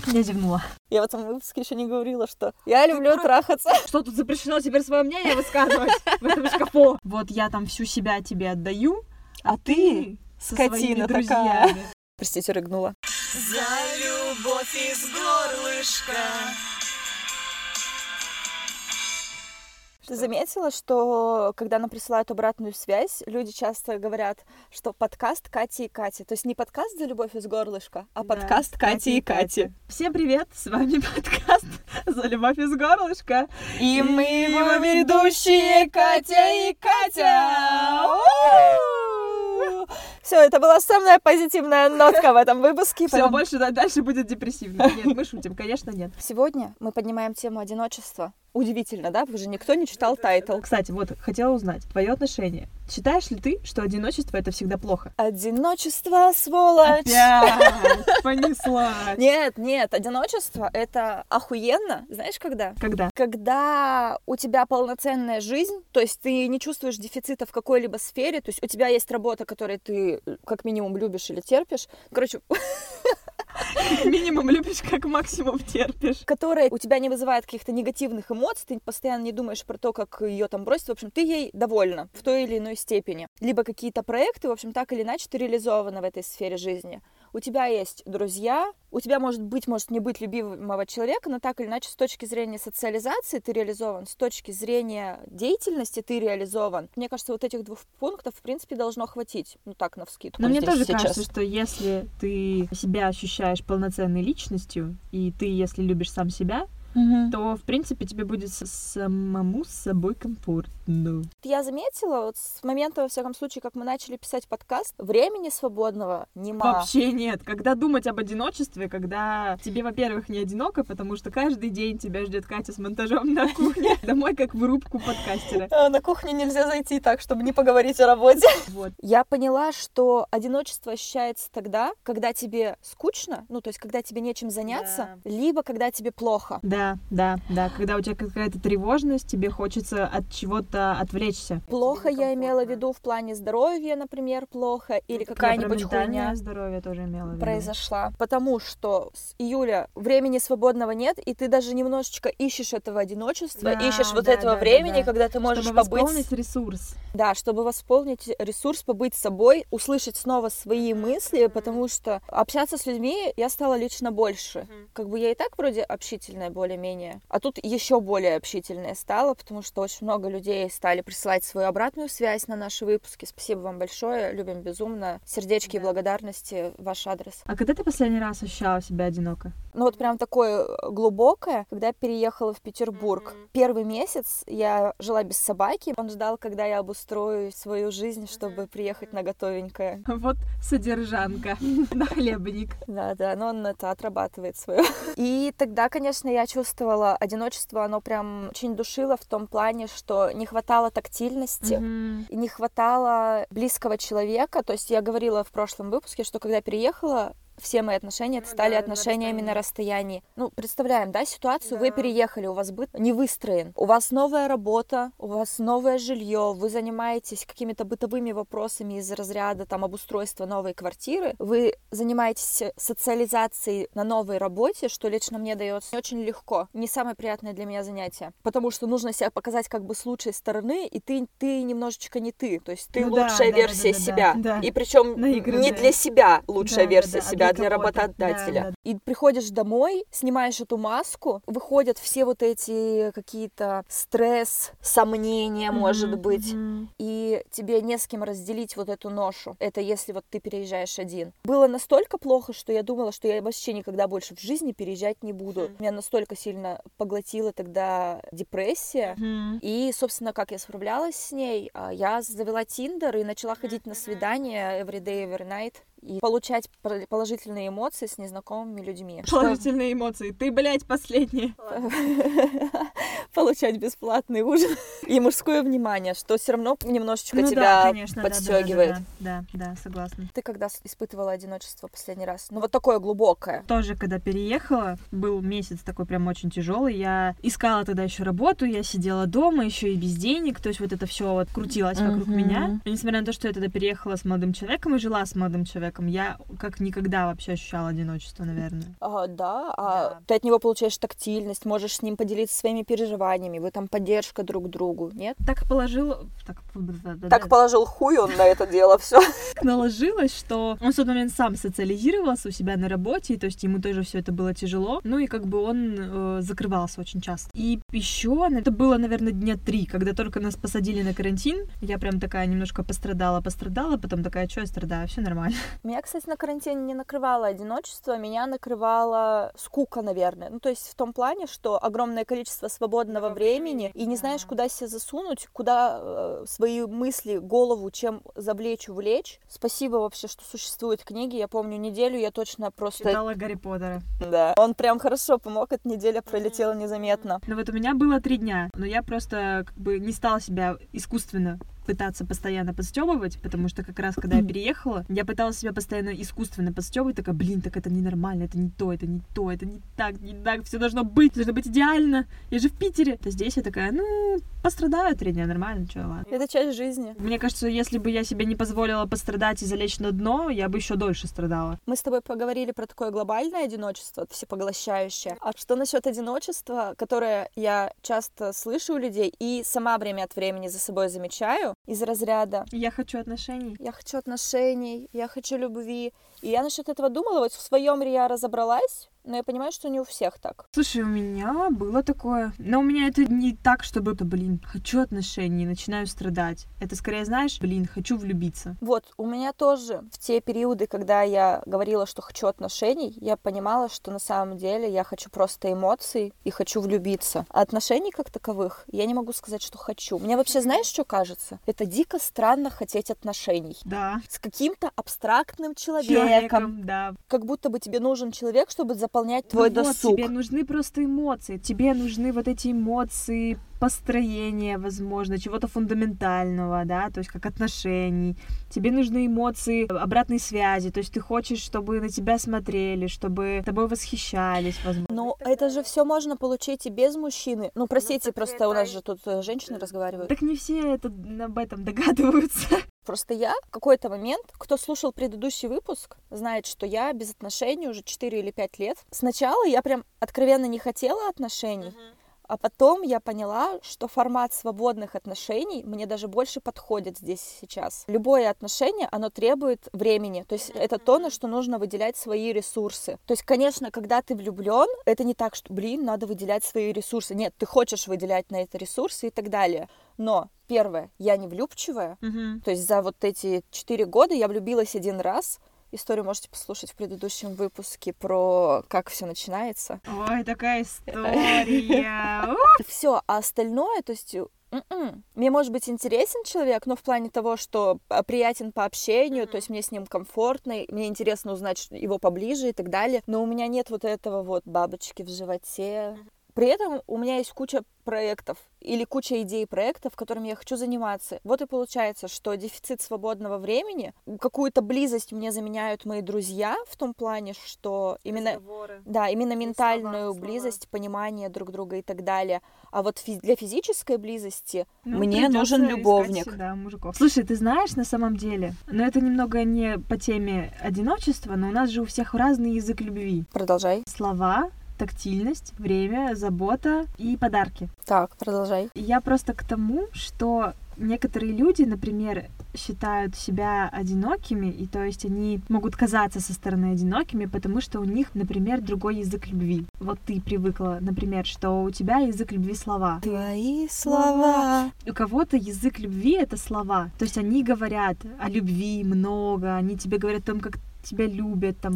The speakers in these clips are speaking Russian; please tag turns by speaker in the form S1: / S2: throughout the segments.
S1: Я зевнула.
S2: Я в этом выпуске еще не говорила, что я люблю трахаться.
S1: Что тут запрещено теперь свое мнение высказывать в этом шкафу? Вот я там всю себя тебе отдаю, а ты
S2: скотина такая. Простите, рыгнула.
S3: За любовь из горлышка.
S2: Ты заметила, что когда нам присылают обратную связь, люди часто говорят, что подкаст Кати и Кати. То есть не подкаст «За любовь из горлышка», а подкаст Кати и Кати.
S1: Всем привет, с вами подкаст «За любовь из горлышка».
S2: И мы его ведущие Катя и Катя. Все, это была самая позитивная нотка в этом выпуске.
S1: Все, больше дальше будет депрессивно. Нет, мы шутим, конечно, нет.
S2: Сегодня мы поднимаем тему одиночества. Удивительно, да? Уже никто не читал тайтл.
S1: Кстати, вот, хотела узнать твое отношение. Считаешь ли ты, что одиночество — это всегда плохо?
S2: Одиночество, сволочь!
S1: Опять понеслась!
S2: Нет, одиночество — это охуенно. Знаешь, когда?
S1: Когда?
S2: Когда у тебя полноценная жизнь, то есть ты не чувствуешь дефицита в какой-либо сфере, то есть у тебя есть работа, которую ты как минимум любишь или терпишь. Короче...
S1: Как минимум любишь, как максимум терпишь.
S2: Которая у тебя не вызывает каких-то негативных эмоций, ты постоянно не думаешь про то, как ее там бросить. В общем, ты ей довольна в той или иной степени. Либо какие-то проекты, в общем, так или иначе ты реализована в этой сфере жизни. У тебя есть друзья, у тебя может не быть любимого человека, но так или иначе с точки зрения социализации ты реализован, с точки зрения деятельности ты реализован. Мне кажется, вот этих двух пунктов, в принципе, должно хватить. Ну так, навскидку.
S1: Но мне тоже кажется, что если ты себя ощущаешь полноценной личностью, и ты, если любишь сам себя, то, в принципе, тебе будет самому с собой комфортно.
S2: Я заметила, вот с момента, во всяком случае, как мы начали писать подкаст, времени свободного нема.
S1: Вообще нет. Когда думать об одиночестве, когда тебе, во-первых, не одиноко, потому что каждый день тебя ждет Катя с монтажом на кухне, домой как в рубку подкастера.
S2: На кухню нельзя зайти так, чтобы не поговорить о работе.
S1: Вот.
S2: Я поняла, что одиночество ощущается тогда, когда тебе скучно, ну, то есть, когда тебе нечем заняться, либо когда тебе плохо.
S1: Да, когда у тебя какая-то тревожность, тебе хочется от чего-то отвлечься.
S2: Плохо я имела в виду в плане здоровья, например, плохо, или какая-нибудь хуйня
S1: здоровье тоже имела в виду.
S2: Произошла. Потому что с июля времени свободного нет, и ты даже немножечко ищешь этого одиночества, ищешь вот этого времени, когда ты можешь
S1: чтобы восполнить ресурс.
S2: Да, чтобы восполнить ресурс, побыть собой, услышать снова свои мысли, потому что общаться с людьми я стала лично больше. Как бы я и так вроде общительная более-менее, а тут еще более общительная стала, потому что очень много людей стали присылать свою обратную связь на наши выпуски. Спасибо вам большое, любим безумно. Сердечки и благодарности в ваш адрес.
S1: А когда ты последний раз ощущала себя одиноко?
S2: Ну вот прям такое глубокое, когда я переехала в Петербург. Первый месяц я жила без собаки. Он ждал, когда я обустрою свою жизнь, чтобы приехать на готовенькое.
S1: Вот содержанка, нахлебник.
S2: Да, но он это отрабатывает свое. И тогда, конечно, я чувствовала одиночество, оно прям очень душило в том плане, что не хватало тактильности, и не хватало близкого человека. То есть я говорила в прошлом выпуске, что когда переехала, все мои отношения стали отношениями на расстоянии. Ну, представляем, да, ситуацию, вы переехали, у вас быт не выстроен, у вас новая работа, у вас новое жилье, вы занимаетесь какими-то бытовыми вопросами из разряда там обустройства новой квартиры, вы занимаетесь социализацией на новой работе, что лично мне дается очень легко, не самое приятное для меня занятие, потому что нужно себя показать как бы с лучшей стороны, и ты немножечко не ты, то есть ты лучшая версия себя, и причем не для себя лучшая версия себя, для работодателя. И приходишь домой, снимаешь эту маску, выходят все вот эти какие-то стресс, сомнения, может быть, и тебе не с кем разделить вот эту ношу. Это если вот ты переезжаешь один. Было настолько плохо, что я думала, что я вообще никогда больше в жизни переезжать не буду. Меня настолько сильно поглотила тогда депрессия. И, собственно, как я справлялась с ней? Я завела Tinder и начала ходить на свидания every day, every night. И получать положительные эмоции с незнакомыми людьми.
S1: Положительные эмоции. Ты, блядь, последняя.
S2: получать бесплатный ужин и мужское внимание, что все равно немножечко тебя подстегивает.
S1: Да, согласна.
S2: Ты когда испытывала одиночество последний раз? Ну вот такое глубокое.
S1: Тоже, когда переехала, был месяц такой прям очень тяжелый. Я искала тогда еще работу, я сидела дома, еще и без денег, то есть вот это все вот крутилось вокруг меня. И несмотря на то, что я тогда переехала с молодым человеком и жила с молодым человеком, я как никогда вообще ощущала одиночество, наверное.
S2: Да. Ты от него получаешь тактильность, можешь с ним поделиться своими переживаниями, вы там поддержка друг другу, нет?
S1: Так положил
S2: хуй он на это дело, все.
S1: Наложилось, что он в тот момент сам социализировался у себя на работе, то есть ему тоже все это было тяжело, ну и как бы он закрывался очень часто. И еще это было, наверное, дня 3, когда только нас посадили на карантин, я прям такая немножко пострадала, потом такая, что я страдаю, все нормально.
S2: Меня, кстати, на карантине не накрывало одиночество, меня накрывала скука, наверное. Ну, то есть в том плане, что огромное количество свободного времени, и не знаешь, куда себя засунуть, куда свои мысли, голову, чем завлечь, увлечь. Спасибо вообще, что существуют книги. Я помню, неделю я точно просто...
S1: Читала Гарри Поттера.
S2: Да. Он прям хорошо помог, эта неделя пролетела незаметно.
S1: Ну вот у меня было 3 дня, но я просто как бы не стала себя искусственно пытаться постоянно подстёбывать, потому что как раз когда я переехала, я пыталась себя постоянно искусственно подстёбывать, такая, так это ненормально, это не то, это не так, все должно быть идеально, я же в Питере. То здесь я такая, пострадаю 3 дня, нормально, чё, ладно.
S2: Это часть жизни.
S1: Мне кажется, если бы я себе не позволила пострадать и залечь на дно, я бы еще дольше страдала.
S2: Мы с тобой поговорили про такое глобальное одиночество, всепоглощающее. А что насчет одиночества, которое я часто слышу у людей и сама время от времени за собой замечаю, из разряда
S1: «Я хочу отношений».
S2: Я хочу любви. И я насчет этого думала, вот в своем я разобралась, но я понимаю, что не у всех так.
S1: Слушай, у меня было такое. Но у меня это не так, чтобы хочу отношений, начинаю страдать. Это скорее, знаешь, хочу влюбиться.
S2: Вот, у меня тоже в те периоды, когда я говорила, что хочу отношений, я понимала, что на самом деле я хочу просто эмоций и хочу влюбиться. А отношений как таковых я не могу сказать, что хочу. Мне вообще, знаешь, что кажется? Это дико странно хотеть отношений.
S1: Да.
S2: С каким-то абстрактным человеком.
S1: Да.
S2: Как будто бы тебе нужен человек, чтобы заполнять твой досуг.
S1: Тебе нужны просто эмоции. Тебе нужны вот эти эмоции, построения, возможно, чего-то фундаментального, да, то есть как отношений. Тебе нужны эмоции обратной связи, то есть ты хочешь, чтобы на тебя смотрели, чтобы тобой восхищались, возможно.
S2: Но это же все можно получить и без мужчины. Ну, простите, просто у нас же тут женщины разговаривают.
S1: Так не все об этом догадываются.
S2: Просто я в какой-то момент, кто слушал предыдущий выпуск, знает, что я без отношений уже 4 или 5 лет. Сначала я прям откровенно не хотела отношений, а потом я поняла, что формат свободных отношений мне даже больше подходит здесь сейчас. Любое отношение, оно требует времени. То есть это то, на что нужно выделять свои ресурсы. То есть, конечно, когда ты влюблен, это не так, что, надо выделять свои ресурсы. Нет, ты хочешь выделять на это ресурсы и так далее. Но первое, я не влюбчивая. То есть за вот эти 4 года я влюбилась 1 раз. Историю можете послушать в предыдущем выпуске про как все начинается.
S1: Ой, такая история.
S2: Все, а остальное, то есть мне может быть интересен человек, но в плане того, что приятен по общению, то есть мне с ним комфортно, мне интересно узнать его поближе и так далее, но у меня нет вот этого вот бабочки в животе. При этом у меня есть куча проектов или куча идей проектов, которыми я хочу заниматься. Вот и получается, что дефицит свободного времени, какую-то близость мне заменяют мои друзья в том плане, что именно ментальную близость, понимание друг друга и так далее. А вот для физической близости мне нужен любовник.
S1: Искать, мужиков. Слушай, ты знаешь, на самом деле, но это немного не по теме одиночества, но у нас же у всех разный язык любви.
S2: Продолжай.
S1: Слова, тактильность, время, забота и подарки.
S2: Так, продолжай.
S1: Я просто к тому, что некоторые люди, например, считают себя одинокими, и то есть они могут казаться со стороны одинокими, потому что у них, например, другой язык любви. Вот ты привыкла, например, что у тебя язык любви слова.
S2: Твои слова.
S1: У кого-то язык любви — это слова. То есть они говорят о любви много, они тебе говорят о том, как тебя любят, там, как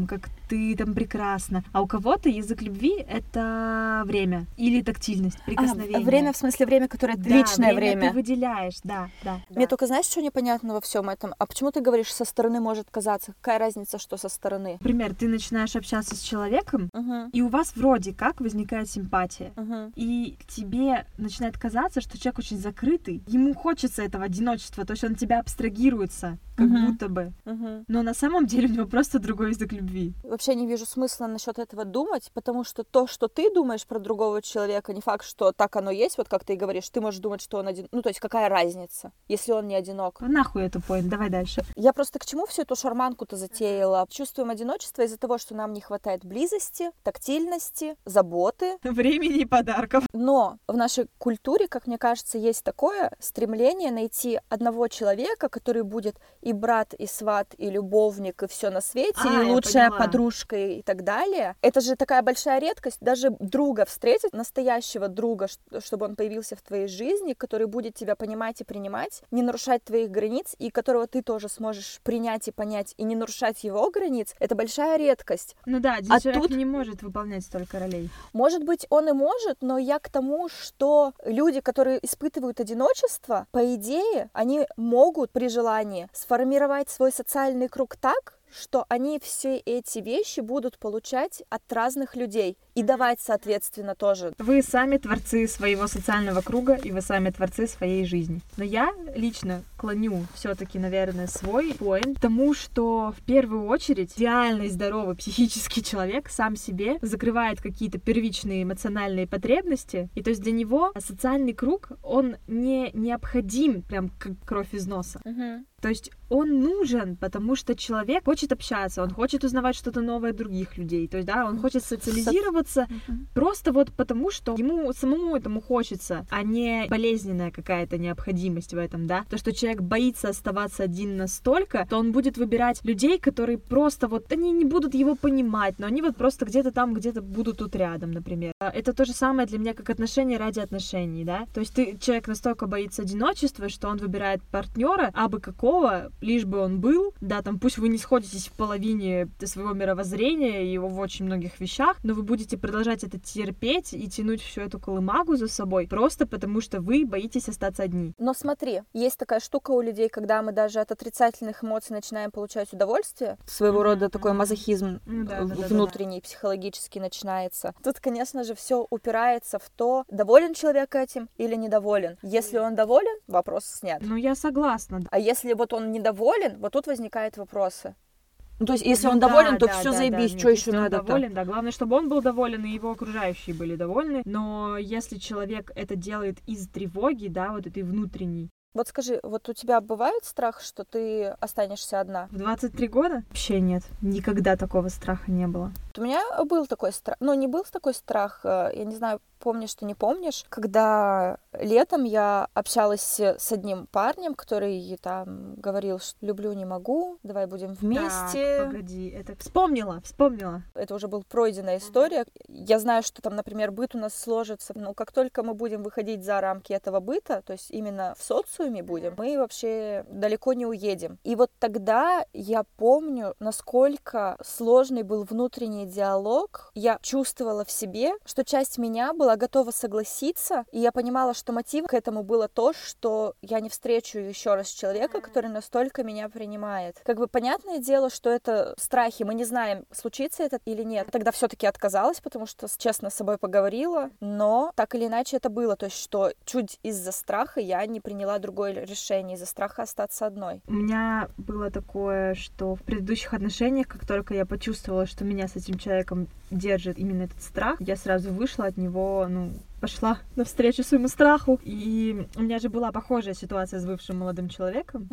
S1: ты там прекрасна. А у кого-то язык любви — это время или тактильность, прикосновение.
S2: Время, в смысле время, которое личное время.
S1: Ты выделяешь, да.
S2: Мне только, знаешь, что непонятно во всем этом? А почему ты говоришь, со стороны может казаться? Какая разница, что со стороны?
S1: Например, ты начинаешь общаться с человеком, и у вас вроде как возникает симпатия. И тебе начинает казаться, что человек очень закрытый, ему хочется этого одиночества, то есть он тебя абстрагируется, как будто бы. Но на самом деле у него просто другой язык любви.
S2: Вообще не вижу смысла насчет этого думать, потому что то, что ты думаешь про другого человека, не факт, что так оно есть, вот как ты и говоришь, ты можешь думать, что он один. Ну, то есть какая разница, если он не одинок?
S1: Нахуй эту поинт, давай дальше.
S2: Я просто к чему всю эту шарманку-то затеяла? Чувствуем одиночество из-за того, что нам не хватает близости, тактильности, заботы.
S1: Времени и подарков.
S2: Но в нашей культуре, как мне кажется, есть такое стремление найти одного человека, который будет и брат, и сват, и любовник, и все на свете, и лучшая подружка, и так далее. Это же такая большая редкость. Даже друга встретить, настоящего друга, чтобы он появился в твоей жизни, который будет тебя понимать и принимать, не нарушать твоих границ, и которого ты тоже сможешь принять и понять, и не нарушать его границ, это большая редкость.
S1: Ну да, один человек не может выполнять столько ролей.
S2: Может быть, он и может, но я к тому, что люди, которые испытывают одиночество, по идее, они могут при желании сформировать свой социальный круг так, что они все эти вещи будут получать от разных людей и давать, соответственно, тоже.
S1: Вы сами творцы своего социального круга, и вы сами творцы своей жизни. Но я лично клоню все-таки, наверное, свой поинт к тому, что в первую очередь идеальный здоровый психический человек сам себе закрывает какие-то первичные эмоциональные потребности, и то есть для него социальный круг, он не необходим прям как кровь из носа. То есть он нужен, потому что человек хочет общаться, он хочет узнавать что-то новое от других людей. То есть, да, он хочет социализироваться просто вот потому, что ему самому этому хочется, а не болезненная какая-то необходимость в этом, да. То, что человек боится оставаться один настолько, то он будет выбирать людей, которые просто вот, они не будут его понимать, но они вот просто где-то там, где-то будут тут рядом, например. Это то же самое для меня, как отношения ради отношений, да. То есть человек настолько боится одиночества, что он выбирает партнера, абы какого, лишь бы он был, да, там, пусть вы не сходитесь в половине своего мировоззрения и в очень многих вещах, но вы будете продолжать это терпеть и тянуть всю эту колымагу за собой, просто потому что вы боитесь остаться одни.
S2: Но смотри, есть такая штука у людей, когда мы даже от отрицательных эмоций начинаем получать удовольствие, своего рода такой мазохизм внутренний, психологический начинается. Тут, конечно же, все упирается в то, доволен человек этим или недоволен. Если он доволен, вопрос снят.
S1: Ну, я согласна.
S2: А если вот он недоволен, вот тут возникают вопросы. Ну, то есть, если он доволен, то все заебись, что еще надо-то?
S1: Доволен, да. Главное, чтобы он был доволен, и его окружающие были довольны. Но если человек это делает из тревоги, да, вот этой внутренней.
S2: Вот скажи, вот у тебя бывает страх, что ты останешься одна?
S1: В 23 года? Вообще нет. Никогда такого страха не было.
S2: У меня был такой страх, но не был такой страх, я не знаю, помнишь ты, не помнишь, когда летом я общалась с одним парнем, который там говорил, что люблю, не могу, давай будем вместе.
S1: Так, погоди, это вспомнила.
S2: Это уже была пройденная история. Я знаю, что там, например, быт у нас сложится, но как только мы будем выходить за рамки этого быта, то есть именно в социуме будем, мы вообще далеко не уедем. И вот тогда я помню, насколько сложный был внутренний диалог. Я чувствовала в себе, что часть меня была готова согласиться, и я понимала, что мотив к этому было то, что я не встречу еще раз человека, который настолько меня принимает. Как бы понятное дело, что это страхи, мы не знаем, случится это или нет. Тогда все-таки отказалась, потому что честно с собой поговорила, но так или иначе это было, то есть что чуть из-за страха я не приняла другое решение, из-за страха остаться одной.
S1: У меня было такое, что в предыдущих отношениях, как только я почувствовала, что меня с этим человеком держит именно этот страх, я сразу вышла от него, пошла навстречу своему страху. И у меня же была похожая ситуация с бывшим молодым человеком,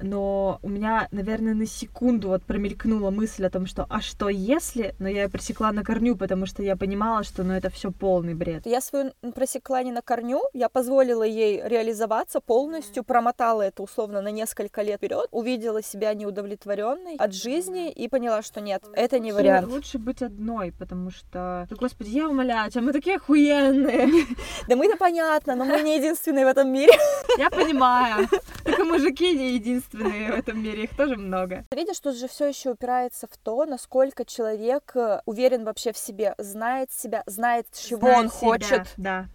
S1: но у меня, наверное, на секунду вот промелькнула мысль о том, что а что если, но я ее пресекла на корню, потому что я понимала, что это все полный бред.
S2: Я свою просекла не на корню, я позволила ей реализоваться полностью, промотала это условно на несколько лет вперед, увидела себя неудовлетворенной от жизни и поняла, что нет, это не вариант.
S1: Лучше быть одной, потому что, господи, я умоляю тебя, мы такие охуенные.
S2: Да мы-то понятно, но мы не единственные в этом мире.
S1: Я понимаю. Только мужики не единственные в этом мире, их тоже много.
S2: Ты видишь, тут же все еще упирается в то, насколько человек уверен вообще в себе, знает себя, знает, чего он хочет.
S1: Да.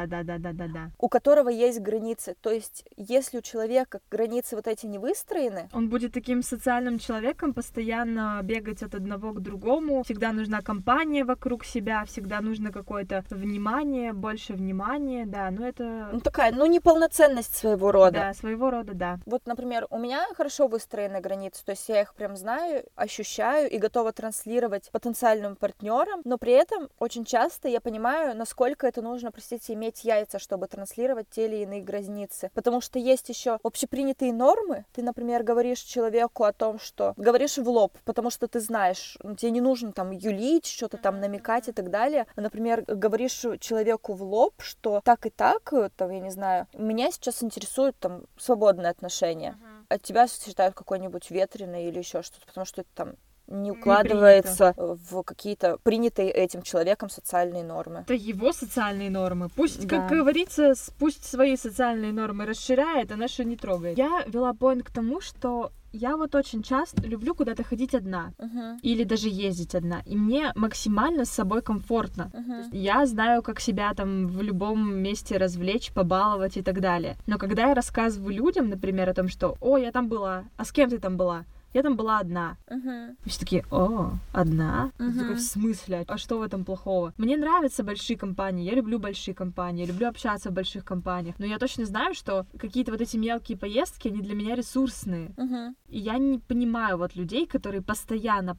S2: У которого есть границы. То есть, если у человека границы вот эти не выстроены,
S1: он будет таким социальным человеком, постоянно бегать от одного к другому. Всегда нужна компания вокруг себя, всегда нужно какое-то внимание, больше внимания, да, но это...
S2: Ну, такая, неполноценность своего рода.
S1: Да, своего рода, да.
S2: Вот, например, у меня хорошо выстроены границы, то есть я их прям знаю, ощущаю и готова транслировать потенциальным партнерам, но при этом очень часто я понимаю, насколько это нужно, простите, иметь яйца, чтобы транслировать те или иные границы. Потому что есть еще общепринятые нормы. Ты, например, говоришь человеку о том, что... Говоришь в лоб, потому что ты знаешь, тебе не нужно там юлить, что-то там намекать и так далее. Например, говоришь человеку в лоб, что так и так, там, я не знаю, меня сейчас интересуют там свободные отношения. От тебя считают какой-нибудь ветреный или еще что-то, потому что это там не укладывается в какие-то принятые этим человеком социальные нормы.
S1: Это его социальные нормы. Пусть, как говорится, пусть свои социальные нормы расширяет, а наши не трогает. Я вела поинт к тому, что я вот очень часто люблю куда-то ходить одна. Или даже ездить одна. И мне максимально с собой комфортно. Я знаю, как себя там в любом месте развлечь, побаловать и так далее. Но когда я рассказываю людям, например, о том, что «О, я там была, а с кем ты там была?» Я там была одна. И все такие: «О, одна?» Я такая: в смысле? А что в этом плохого? Мне нравятся большие компании, я люблю большие компании, я люблю общаться в больших компаниях, но я точно знаю, что какие-то вот эти мелкие поездки, они для меня ресурсные. И я не понимаю вот людей, которые постоянно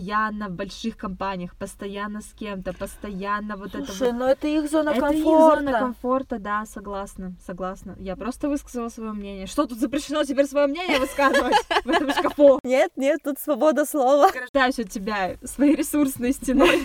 S1: в больших компаниях, постоянно с кем-то, постоянно вот это вот.
S2: Слушай, но это их зона комфорта.
S1: Это их зона комфорта, да, согласна. Я просто высказала свое мнение. Что тут запрещено теперь свое мнение высказывать в этом шкафу?
S2: Нет, тут свобода слова.
S1: Ограждаюсь от тебя своей ресурсной стеной.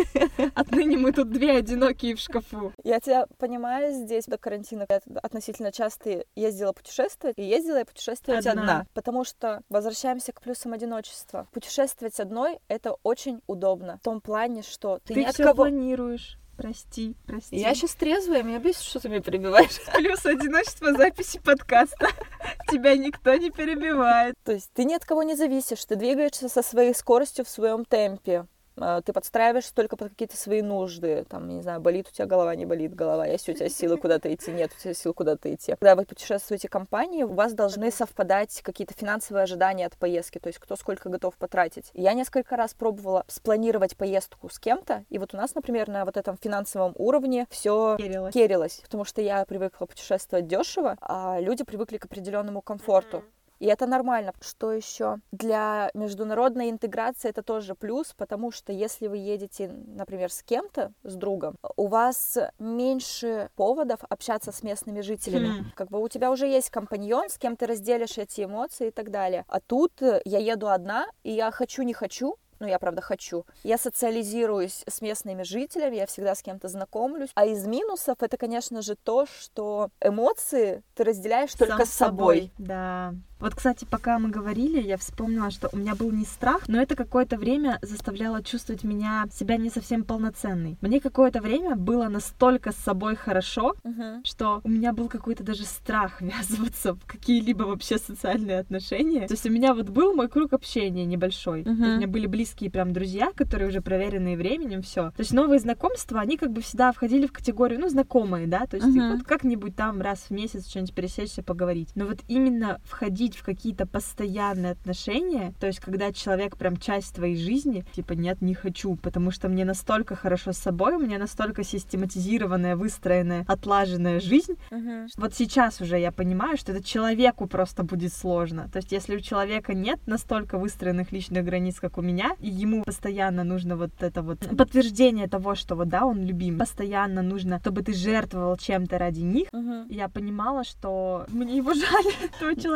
S1: Отныне мы тут две одинокие в шкафу.
S2: Я тебя понимаю, здесь до карантина я относительно часто ездила путешествовать, и ездила я путешествовать одна. Потому что возвращаемся к плюсам одиночества. Путешествовать одной — это очень удобно. В том плане, что ты ни от
S1: всё
S2: кого...
S1: планируешь. Прости.
S2: Я сейчас трезвая, меня бесит, что ты меня перебиваешь.
S1: Плюс одиночество записи подкаста. Тебя никто не перебивает.
S2: То есть ты ни от кого не зависишь, ты двигаешься со своей скоростью в своем темпе. Ты подстраиваешься только под какие-то свои нужды. Там, не знаю, болит у тебя голова, не болит голова. Есть у тебя силы куда-то идти, нет у тебя сил куда-то идти. Когда вы путешествуете компанией, у вас должны совпадать какие-то финансовые ожидания от поездки, то есть кто сколько готов потратить. Я несколько раз пробовала спланировать поездку с кем-то, и вот у нас, например, на вот этом финансовом уровне все керилось, потому что я привыкла путешествовать дешево, а люди привыкли к определенному комфорту. И это нормально. Что еще? Для международной интеграции это тоже плюс, потому что если вы едете, например, с кем-то, с другом, у вас меньше поводов общаться с местными жителями. Как бы у тебя уже есть компаньон, с кем ты разделишь эти эмоции и так далее. А тут я еду одна, и я хочу, не хочу, я, правда, хочу. Я социализируюсь с местными жителями, я всегда с кем-то знакомлюсь. А из минусов это, конечно же, то, что эмоции ты разделяешь только с собой.
S1: Да. Вот, кстати, пока мы говорили, я вспомнила, что у меня был не страх, но это какое-то время заставляло чувствовать себя не совсем полноценной. Мне какое-то время было настолько с собой хорошо, что у меня был какой-то даже страх ввязываться в какие-либо вообще социальные отношения. То есть у меня вот был мой круг общения небольшой. У меня были близкие прям друзья, которые уже проверенные временем, все. То есть новые знакомства, они как бы всегда входили в категорию, знакомые, да, то есть вот как-нибудь там раз в месяц что-нибудь пересечься, поговорить. Но вот именно входить в какие-то постоянные отношения, то есть когда человек прям часть твоей жизни, типа нет, не хочу, потому что мне настолько хорошо с собой, у меня настолько систематизированная, выстроенная, отлаженная жизнь. Вот сейчас уже я понимаю, что это человеку просто будет сложно. То есть если у человека нет настолько выстроенных личных границ, как у меня, и ему постоянно нужно вот это вот подтверждение того, что вот да, он любим, постоянно нужно, чтобы ты жертвовал чем-то ради них, я понимала, что мне его жаль, этого человека,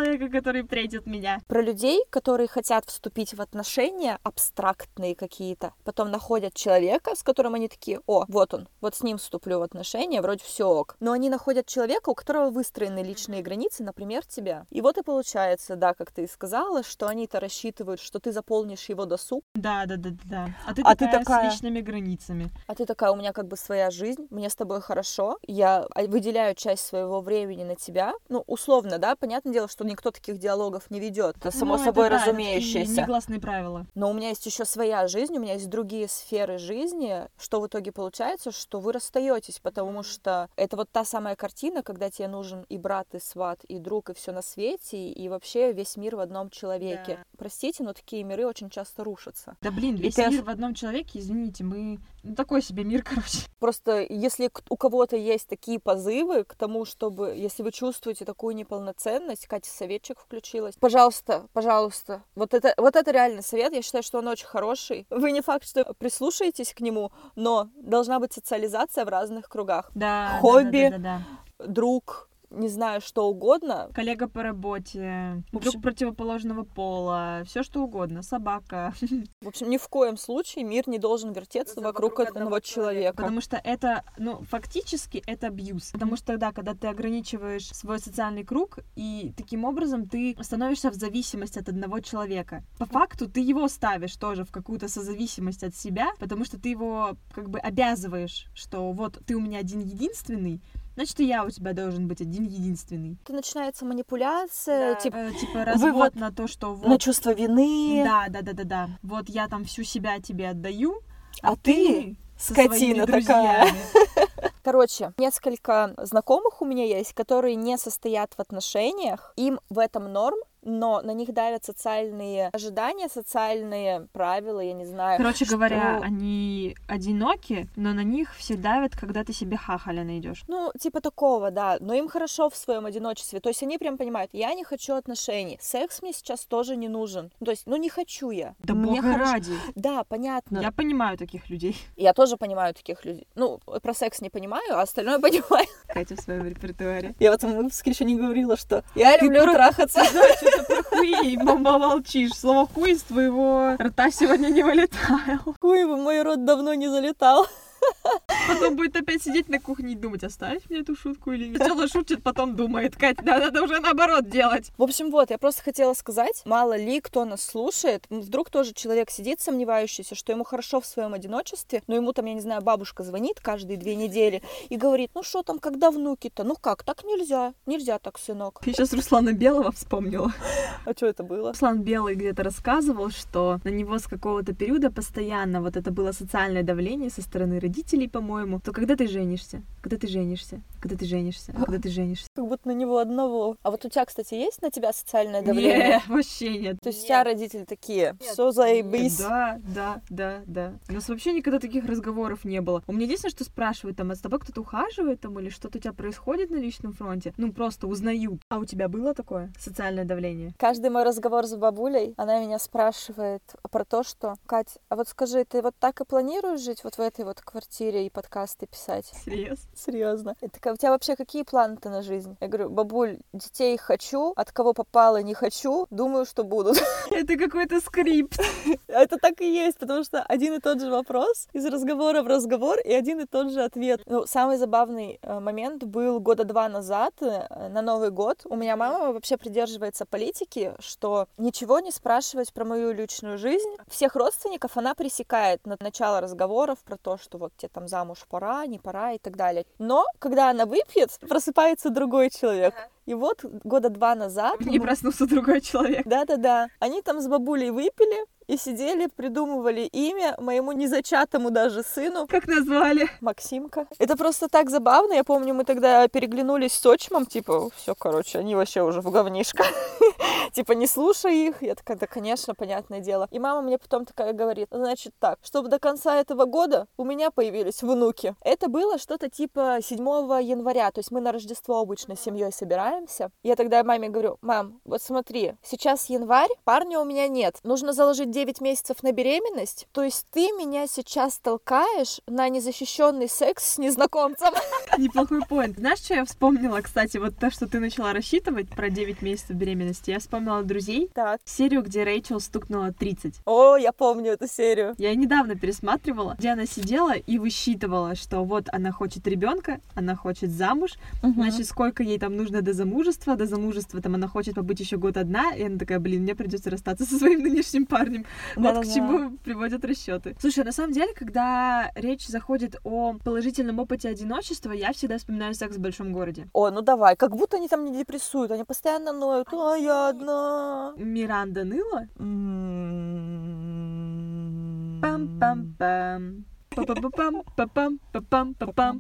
S1: который встретит меня.
S2: Про людей, которые хотят вступить в отношения абстрактные какие-то, потом находят человека, с которым они такие: о, вот он, вот с ним вступлю в отношения, вроде все ок. Но они находят человека, у которого выстроены личные границы, например, тебя. И вот и получается, да, как ты и сказала, что они-то рассчитывают, что ты заполнишь его досуг.
S1: Да. А ты такая с личными границами.
S2: А ты такая: у меня как бы своя жизнь, мне с тобой хорошо, я выделяю часть своего времени на тебя. Ну, условно, да, понятное дело, что никто таких диалогов не ведет. Это само собой разумеющееся.
S1: Это негласные правила.
S2: Но у меня есть еще своя жизнь, у меня есть другие сферы жизни, что в итоге получается, что вы расстаетесь, потому что это вот та самая картина, когда тебе нужен и брат, и сват, и друг, и все на свете, и вообще весь мир в одном человеке. Да. Простите, но такие миры очень часто рушатся.
S1: Да блин, весь мир в одном человеке, извините, мы... Ну, такой себе мир, короче.
S2: Просто если у кого-то есть такие позывы к тому, чтобы... Если вы чувствуете такую неполноценность, Катя советчик включилась, пожалуйста, вот это реально совет, я считаю, что он очень хороший. Вы не факт, что прислушаетесь к нему, но должна быть социализация в разных кругах.
S1: Да,
S2: хобби, друг, не знаю, что угодно.
S1: Коллега по работе, друг противоположного пола, все что угодно, собака.
S2: В общем, ни в коем случае мир не должен вертеться вокруг одного человека.
S1: Потому что это, фактически это абьюз. Потому что, да, когда ты ограничиваешь свой социальный круг, и таким образом ты становишься в зависимости от одного человека. По факту ты его ставишь тоже в какую-то созависимость от себя, потому что ты его как бы обязываешь, что вот ты у меня один-единственный, значит, и я у тебя должен быть один-единственный.
S2: Это начинается манипуляция,
S1: да, типа развод на то, что вот...
S2: На чувство вины.
S1: Да. Вот я там всю себя тебе отдаю,
S2: а ты скотина такая. Короче, несколько знакомых у меня есть, которые не состоят в отношениях, им в этом норм, но на них давят социальные ожидания, социальные правила, я не знаю.
S1: Короче говоря, они одиноки, но на них все давят, когда ты себе хахаля найдешь.
S2: Ну, типа такого, да. Но им хорошо в своем одиночестве. То есть они прям понимают: я не хочу отношений. Секс мне сейчас тоже не нужен. То есть, не хочу я.
S1: Да бога ради.
S2: Да, понятно.
S1: Я понимаю таких людей.
S2: Я тоже понимаю таких людей. Про секс не понимаю, а остальное понимаю.
S1: Катя в своем репертуаре.
S2: Я в этом выпуске еще не говорила, что я люблю трахаться.
S1: Что-то про хуи, мама, молчишь. Слово хуй из твоего рта сегодня не вылетало.
S2: Хуй, в мой рот давно не залетал.
S1: Потом будет опять сидеть на кухне и думать, оставить мне эту шутку или нет. Сначала шутит, потом думает: Кать, надо уже наоборот делать.
S2: В общем, я просто хотела сказать, мало ли кто нас слушает, вдруг тоже человек сидит сомневающийся, что ему хорошо в своем одиночестве, но ему там, я не знаю, бабушка звонит каждые 2 недели и говорит: ну что там, когда внуки-то? Ну как, так нельзя так, сынок.
S1: Я сейчас Руслана Белого вспомнила.
S2: А что это было?
S1: Руслан Белый где-то рассказывал, что на него с какого-то периода постоянно вот это было социальное давление со стороны родителей, по-моему, то когда ты женишься? Когда ты женишься? Как
S2: будто на него одного. А вот у тебя, кстати, есть на тебя социальное давление?
S1: Нет, вообще нет.
S2: То есть у тебя родители такие: все заебись.
S1: Да. У нас вообще никогда таких разговоров не было. У меня единственное, что спрашивают, там, а с тобой кто-то ухаживает, там, или что-то у тебя происходит на личном фронте? Просто узнают. А у тебя было такое социальное давление?
S2: Каждый мой разговор с бабулей, она меня спрашивает про то, что: Кать, а вот скажи, ты вот так и планируешь жить вот в этой вот квартире и подкасты писать? Серьезно. Я такая: у тебя вообще какие планы-то на жизнь? Я говорю: бабуль, детей хочу, от кого попало не хочу, думаю, что будут.
S1: Это какой-то скрипт.
S2: Это так и есть, потому что один и тот же вопрос из разговора в разговор и один и тот же ответ. Самый забавный момент был 2 года назад, на Новый год. У меня мама вообще придерживается политики, что ничего не спрашивать про мою личную жизнь. Всех родственников она пресекает на начало разговоров про то, что вот тебе там замуж пора, не пора и так далее. Но когда она выпьет, просыпается другой человек. И вот 2 года назад...
S1: Не проснулся другой человек.
S2: Да. Они там с бабулей выпили и сидели, придумывали имя моему незачатому даже сыну.
S1: Как назвали?
S2: Максимка. Это просто так забавно. Я помню, мы тогда переглянулись с отчимом, типа, все, короче, они вообще уже в говнишко. Типа, не слушай их. Я такая: да, конечно, понятное дело. И мама мне потом такая говорит: значит так, чтобы до конца этого года у меня появились внуки. Это было что-то типа 7 января, то есть мы на Рождество обычно с семьей собираемся. Я тогда маме говорю: мам, вот смотри, сейчас январь, парня у меня нет. Нужно заложить 9 месяцев на беременность. То есть ты меня сейчас толкаешь на незащищенный секс с незнакомцем.
S1: Неплохой поинт. Знаешь, что я вспомнила, кстати, вот то, что ты начала рассчитывать про 9 месяцев беременности. Я вспомнила «Друзей»,
S2: Так.
S1: серию, где Рэйчел стукнула 30.
S2: О, я помню эту серию.
S1: Я недавно пересматривала, где она сидела и высчитывала, что вот она хочет ребенка, она хочет замуж, значит, сколько ей там нужно до замужества там она хочет побыть еще год одна, и она такая, блин, мне придется расстаться со своим нынешним парнем. Вот к чему приводят расчеты. Слушай, на самом деле, когда речь заходит о положительном опыте одиночества, я всегда вспоминаю «Секс в большом городе».
S2: О, ну давай, как будто они там не депрессуют, они постоянно ноют, а я одна.
S1: Миранда ныла. Пам-пам-пам. Пам-пам-пам-пам-пам-пам-пам.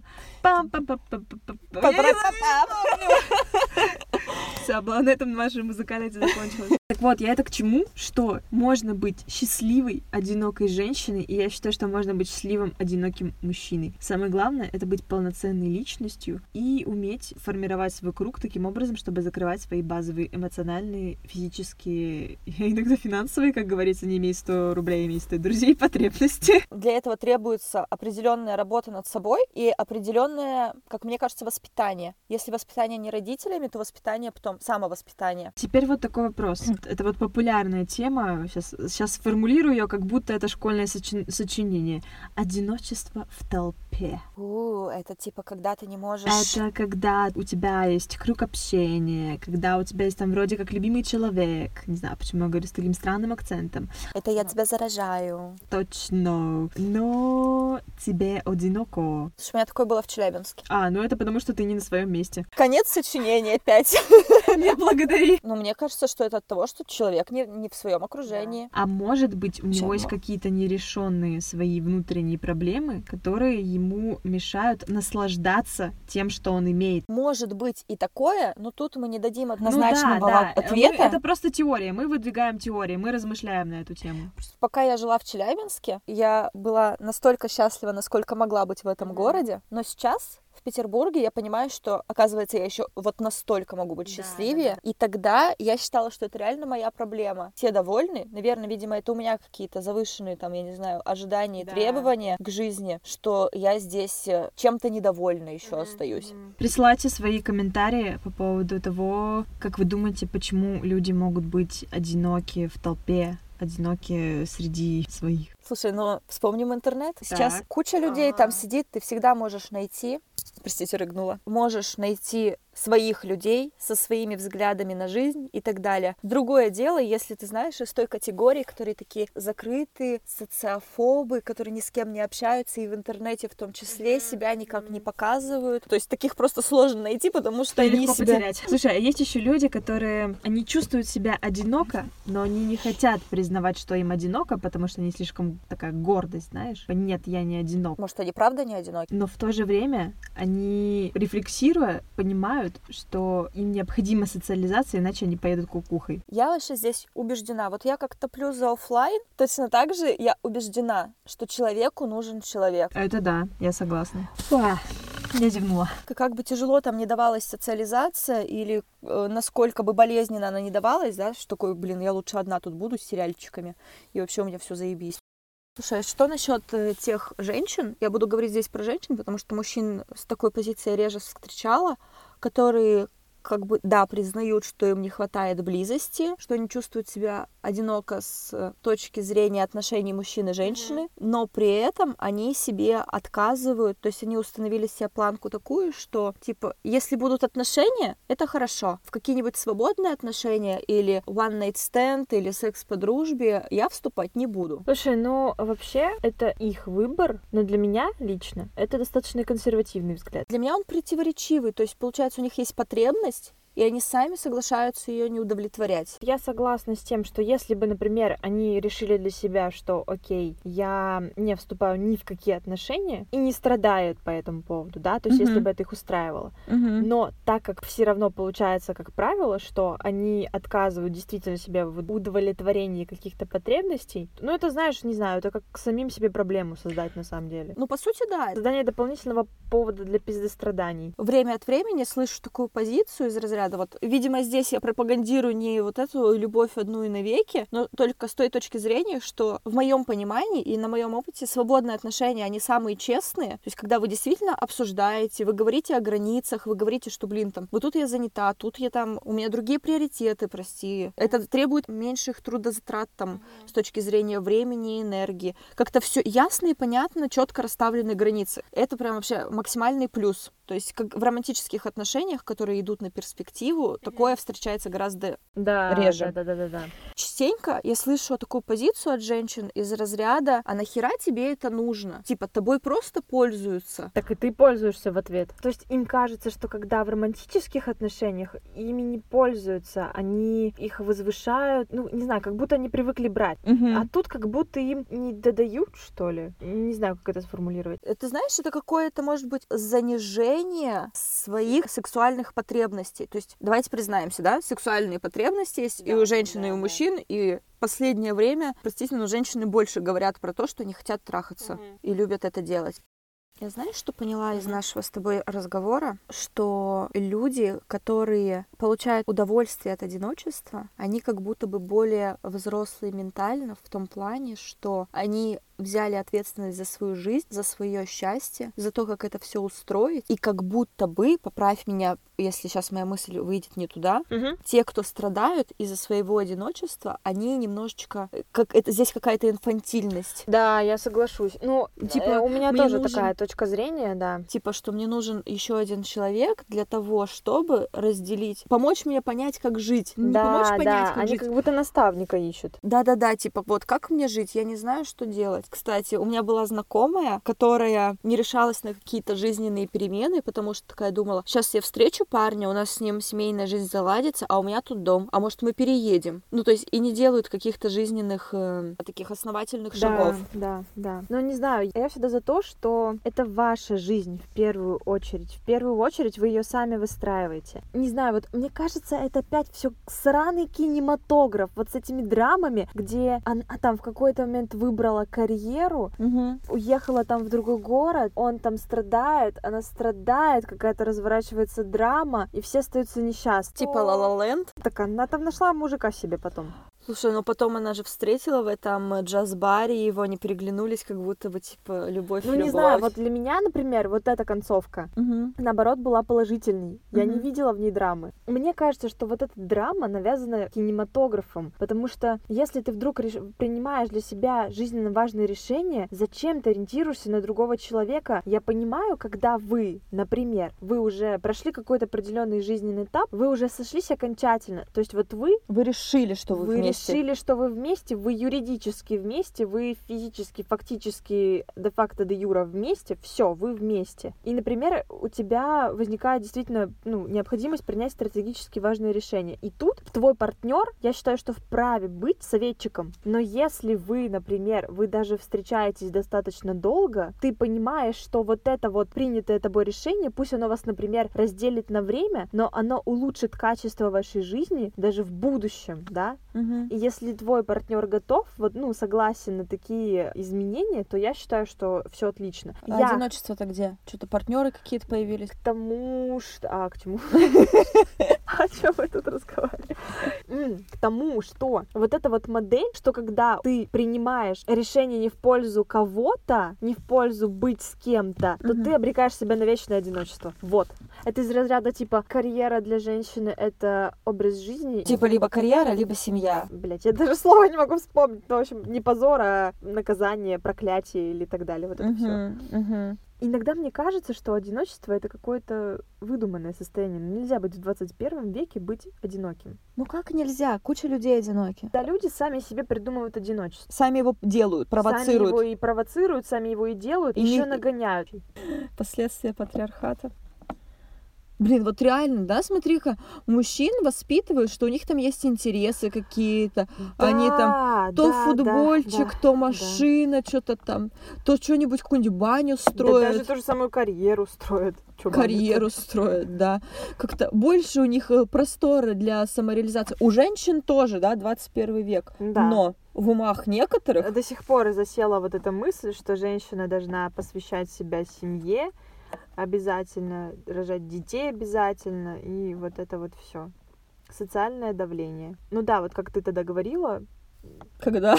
S1: Все, на этом наша музыкальная закончилась. Так вот, я это к чему? Что можно быть счастливой, одинокой женщиной, и я считаю, что можно быть счастливым, одиноким мужчиной. Самое главное — это быть полноценной личностью и уметь формировать свой круг таким образом, чтобы закрывать свои базовые эмоциональные, физические, иногда финансовые, как говорится, не имея 100 рублей, имея 100 друзей, потребности.
S2: Для этого требуется определенная работа над собой и определенное, как мне кажется, воспитание. Если воспитание не родителями, то воспитание потом, самовоспитание.
S1: Теперь вот такой вопрос. Это вот популярная тема. Сейчас сформулирую ее, как будто это школьное сочинение. Одиночество в толпе.
S2: Это типа, когда ты не можешь...
S1: Это когда у тебя есть круг общения, когда у тебя есть там вроде как любимый человек. Не знаю, почему я говорю с таким странным акцентом.
S2: Это я тебя заражаю.
S1: Точно. Но тебе одиноко.
S2: Слушай, у меня такое было в Челябинске.
S1: Ну это потому, что ты не на своем месте.
S2: Конец сочинения опять.
S1: Не благодари.
S2: Но мне кажется, что это от того, что человек не в своем окружении.
S1: А может быть, у него есть какие-то нерешенные свои внутренние проблемы, которые ему мешают наслаждаться тем, что он имеет.
S2: Может быть и такое, но тут мы не дадим однозначного ответа.
S1: Это просто теория. Мы выдвигаем теории, мы размышляем на эту тему.
S2: Пока я жила в Челябинске, я была настолько счастлива, насколько могла быть в этом городе, но сейчас в Петербурге я понимаю, что, оказывается, я еще вот настолько могу быть счастливее. И тогда я считала, что это реально моя проблема. Все довольны. Наверное, видимо, это у меня какие-то завышенные, там, я не знаю, ожидания и требования к жизни, что я здесь чем-то недовольна еще остаюсь.
S1: Присылайте свои комментарии по поводу того, как вы думаете, почему люди могут быть одиноки в толпе, одиноки среди своих.
S2: Слушай, ну вспомним интернет. Сейчас куча людей там сидит, ты всегда можешь найти, простите, рыгнула, можешь найти своих людей со своими взглядами на жизнь и так далее. Другое дело, если ты знаешь из той категории, которые такие закрытые, социофобы, которые ни с кем не общаются и в интернете в том числе себя никак не показывают. То есть таких просто сложно найти, потому что они
S1: легко
S2: себя...
S1: потерять. Слушай, а есть еще люди, которые, они чувствуют себя одиноко, но они не хотят признавать, что им одиноко, потому что они слишком такая гордость, знаешь? Нет, я не одинок.
S2: Может, они правда не одиноки?
S1: Но в то же время они, рефлексируя, понимают, что им необходима социализация, иначе они поедут кукухой.
S2: Я вообще здесь убеждена. Вот я как топлю за офлайн, точно так же я убеждена, что человеку нужен человек.
S1: Это да, я согласна. Я зевнула.
S2: Как бы тяжело там не давалась социализация или насколько бы болезненно она не давалась, да, что такое, блин, я лучше одна тут буду с сериальчиками, и вообще у меня все заебись. Слушай, что насчет тех женщин? Я буду говорить здесь про женщин, потому что мужчин с такой позиции я реже встречала, которые как бы, да, признают, что им не хватает близости, что они чувствуют себя одиноко с точки зрения отношений мужчины и женщины, но при этом они себе отказывают, то есть они установили себе планку такую, что, типа, если будут отношения, это хорошо. В какие-нибудь свободные отношения или one night stand, или секс по дружбе я вступать не буду.
S1: Слушай, ну, вообще, это их выбор, но для меня лично это достаточно консервативный взгляд.
S2: Для меня он противоречивый, то есть, получается, у них есть потребность, и они сами соглашаются ее не удовлетворять.
S1: Я согласна с тем, что если бы, например, они решили для себя, что окей, я не вступаю ни в какие отношения и не страдают по этому поводу, да, то есть если бы это их устраивало. Но так как все равно получается, как правило, что они отказывают действительно себе в удовлетворении каких-то потребностей, ну это, знаешь, не знаю, это как самим себе проблему создать на самом деле.
S2: Ну, по сути, да.
S1: Создание дополнительного повода для пиздостраданий.
S2: Время от времени слышу такую позицию из разряда: разряда. Вот, видимо, здесь я пропагандирую не вот эту любовь одну и навеки, но только с той точки зрения, что в моем понимании и на моем опыте свободные отношения, они самые честные. То есть, когда вы действительно обсуждаете, вы говорите о границах, вы говорите, что, блин, там, вот тут я занята, тут я там, у меня другие приоритеты, прости. Это требует меньших трудозатрат там с точки зрения времени и энергии. Как-то все ясно и понятно, четко расставлены границы. Это прям вообще максимальный плюс. То есть как в романтических отношениях, которые идут на перспективу, такое встречается гораздо реже.
S1: Да.
S2: Частенько я слышу такую позицию от женщин из разряда: а нахера тебе это нужно? Типа, тобой просто пользуются.
S1: Так и ты пользуешься в ответ. То есть им кажется, что когда в романтических отношениях ими не пользуются, они их возвышают, ну, не знаю, как будто они привыкли брать. А тут как будто им не додают, что ли. Не знаю, как это сформулировать.
S2: Это, знаешь, это какое-то, может быть, занижение своих сексуальных потребностей. То есть, давайте признаемся, да, сексуальные потребности есть и у женщин, и у мужчин, и в последнее время, простите, но женщины больше говорят про то, что они хотят трахаться и любят это делать. Я, знаешь, что поняла из нашего с тобой разговора? Что люди, которые получают удовольствие от одиночества, они как будто бы более взрослые ментально в том плане, что они взяли ответственность за свою жизнь, за свое счастье, за то, как это все устроить. И как будто бы, поправь меня, если сейчас моя мысль выйдет не туда, те, кто страдают из-за своего одиночества, они немножечко... Как это, здесь какая-то инфантильность.
S1: Да, я соглашусь. Ну,
S2: типа,
S1: у меня тоже такая точка зрения, да.
S2: Типа, что мне нужен еще один человек для того, чтобы разделить, помочь мне понять, как жить. Не помочь понять, как
S1: они
S2: жить.
S1: Как будто наставника ищут.
S2: Да, типа, вот как мне жить, я не знаю, что делать. Кстати, у меня была знакомая, которая не решалась на какие-то жизненные перемены, потому что такая думала: сейчас я встречу парня, у нас с ним семейная жизнь заладится, а у меня тут дом, а может мы переедем. Ну, то есть и не делают каких-то жизненных таких основательных шагов.
S1: Да. Ну, не знаю, я всегда за то, что это ваша жизнь в первую очередь. В первую очередь вы ее сами выстраиваете. Не знаю, вот мне кажется, это опять все сраный кинематограф, вот с этими драмами, где она там в какой-то момент выбрала карьеру, уехала там в другой город, он там страдает, она страдает, какая-то разворачивается драма, и все остаются несчастны.
S2: Типа La La Land.
S1: Так она там нашла мужика себе потом.
S2: Слушай, ну потом она же встретила в этом джаз-баре его, они переглянулись, как будто бы, типа, любовь.
S1: Ну, не знаю, вот для меня, например, вот эта концовка, наоборот, была положительной. Я не видела в ней драмы. Мне кажется, что вот эта драма навязана кинематографом, потому что если ты вдруг принимаешь для себя жизненно важные решения, зачем ты ориентируешься на другого человека? Я понимаю, когда вы, например, вы уже прошли какой-то определенный жизненный этап, вы уже сошлись окончательно. То есть вот вы
S2: решили, что вы вместе.
S1: Решили, что вы вместе, вы юридически вместе, вы физически, фактически, де-факто, де-юра вместе, все, вы вместе. И, например, у тебя возникает действительно необходимость принять стратегически важные решения. И тут твой партнер, я считаю, что вправе быть советчиком. Но если вы, например, вы даже встречаетесь достаточно долго, ты понимаешь, что вот это вот принятое тобой решение, пусть оно вас, например, разделит на время, но оно улучшит качество вашей жизни даже в будущем, да? И если твой партнер готов, согласен на такие изменения, то я считаю, что все отлично.
S2: А одиночество-то где? Что-то партнеры какие-то появились?
S1: К тому, что... к чему? О чем мы тут разговариваем? К тому, что вот эта вот модель, что когда ты принимаешь решение не в пользу кого-то, не в пользу быть с кем-то, то ты обрекаешь себя на вечное одиночество. Вот. Это из разряда типа карьера для женщины — это образ жизни.
S2: Типа либо карьера, либо семья.
S1: Блять, я даже слова не могу вспомнить. Ну, в общем, не позор, а наказание, проклятие или так далее. Вот это все. Иногда мне кажется, что одиночество — это какое-то выдуманное состояние. Нельзя быть в 21 веке быть одиноким.
S2: Ну как нельзя? Куча людей одиноки.
S1: Да, люди сами себе придумывают одиночество.
S2: Сами его делают, провоцируют.
S1: Сами его и провоцируют, сами его и делают, и еще нагоняют.
S2: Последствия патриархата. Блин, вот реально, да, смотри-ка, мужчин воспитывают, что у них там есть интересы какие-то, они там то футбольчик, то машина, что-то там, то что-нибудь, какую-нибудь баню строят.
S1: Да даже ту же самую карьеру строят.
S2: Карьеру строят, да. Как-то больше у них простора для самореализации. У женщин тоже, да, 21 век.
S1: Да.
S2: Но в умах некоторых...
S1: До сих пор засела вот эта мысль, что женщина должна посвящать себя семье, обязательно рожать детей обязательно, и вот это вот все. Социальное давление. Ну да, вот как ты тогда говорила.
S2: Когда?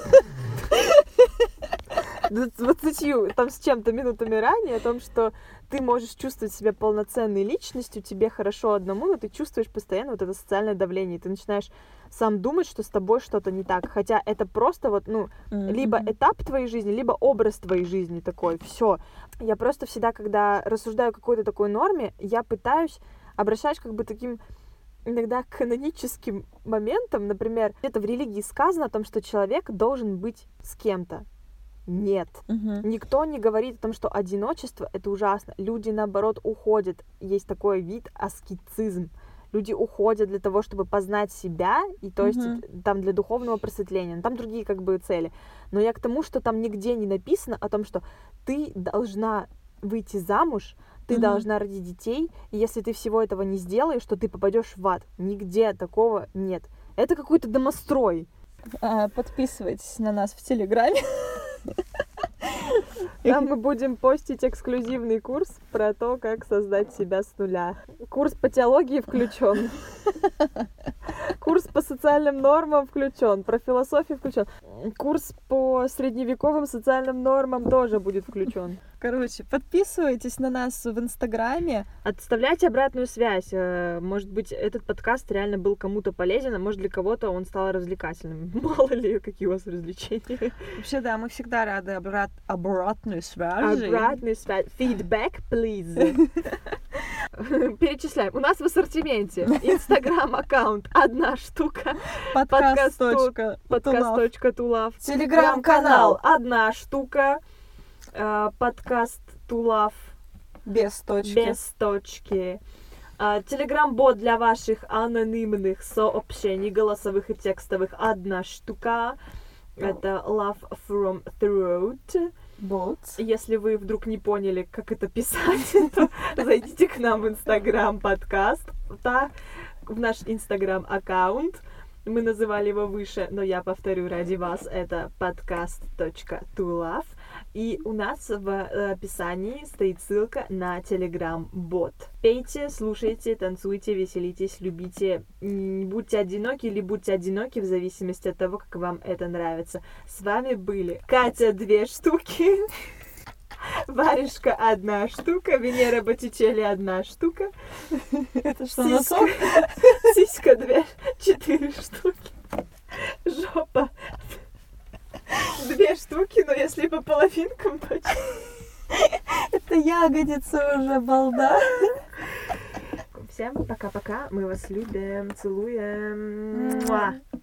S1: 20 там с чем-то минутами ранее о том, что ты можешь чувствовать себя полноценной личностью, тебе хорошо одному, но ты чувствуешь постоянно вот это социальное давление, и ты начинаешь сам думать, что с тобой что-то не так, хотя это просто вот, ну, либо этап твоей жизни, либо образ твоей жизни такой, все. Я просто всегда, когда рассуждаю о какой-то такой норме, я пытаюсь обращать как бы таким иногда каноническим моментом, например, где-то в религии сказано о том, что человек должен быть с кем-то. Нет. Никто не говорит о том, что одиночество — это ужасно. Люди, наоборот, уходят. Есть такой вид аскетизм. Люди уходят для того, чтобы познать себя, и то есть там для духовного просветления. Там другие как бы цели. Но я к тому, что там нигде не написано о том, что ты должна выйти замуж, ты должна родить детей, и если ты всего этого не сделаешь, то ты попадешь в ад. Нигде такого нет. Это какой-то домострой.
S2: Подписывайтесь на нас в Телеграме.
S1: Там мы будем постить эксклюзивный курс про то, как создать себя с нуля. Курс по теологии включен. Курс по социальным нормам включен. Про философию включен. Курс по средневековым социальным нормам тоже будет включен.
S2: Короче, подписывайтесь на нас в Инстаграме.
S1: Оставляйте обратную связь. Может быть, этот подкаст реально был кому-то полезен, а может, для кого-то он стал развлекательным. Мало ли, какие у вас развлечения.
S2: Вообще, да, мы всегда рады обратной связи.
S1: Обратной связи. Feedback, please. Перечисляем. У нас в ассортименте Инстаграм-аккаунт 1 штука. Подкаст.тулав. Телеграм-канал 1 штука. Подкаст Тулав
S2: без точки.
S1: Телеграм-бот для ваших анонимных сообщений, голосовых и текстовых 1 штука. Это Love from Throat.
S2: Бот.
S1: Если вы вдруг не поняли, как это писать, то зайдите к нам в Инстаграм подкаст, в наш Инстаграм-аккаунт. Мы называли его выше, но я повторю ради вас, это podcast.tulav. И у нас в описании стоит ссылка на Telegram-бот. Пейте, слушайте, танцуйте, веселитесь, любите. Будьте одиноки или будьте одиноки, в зависимости от того, как вам это нравится. С вами были Катя 2 штуки, Варежка 1 штука, Венера Боттичелли 1 штука.
S2: Это что, носок?
S1: Сиська 4 штуки. Жопа 2 штуки, но если по половинкам, то...
S2: Это ягодица уже, балда.
S1: Всем пока-пока, мы вас любим, целуем.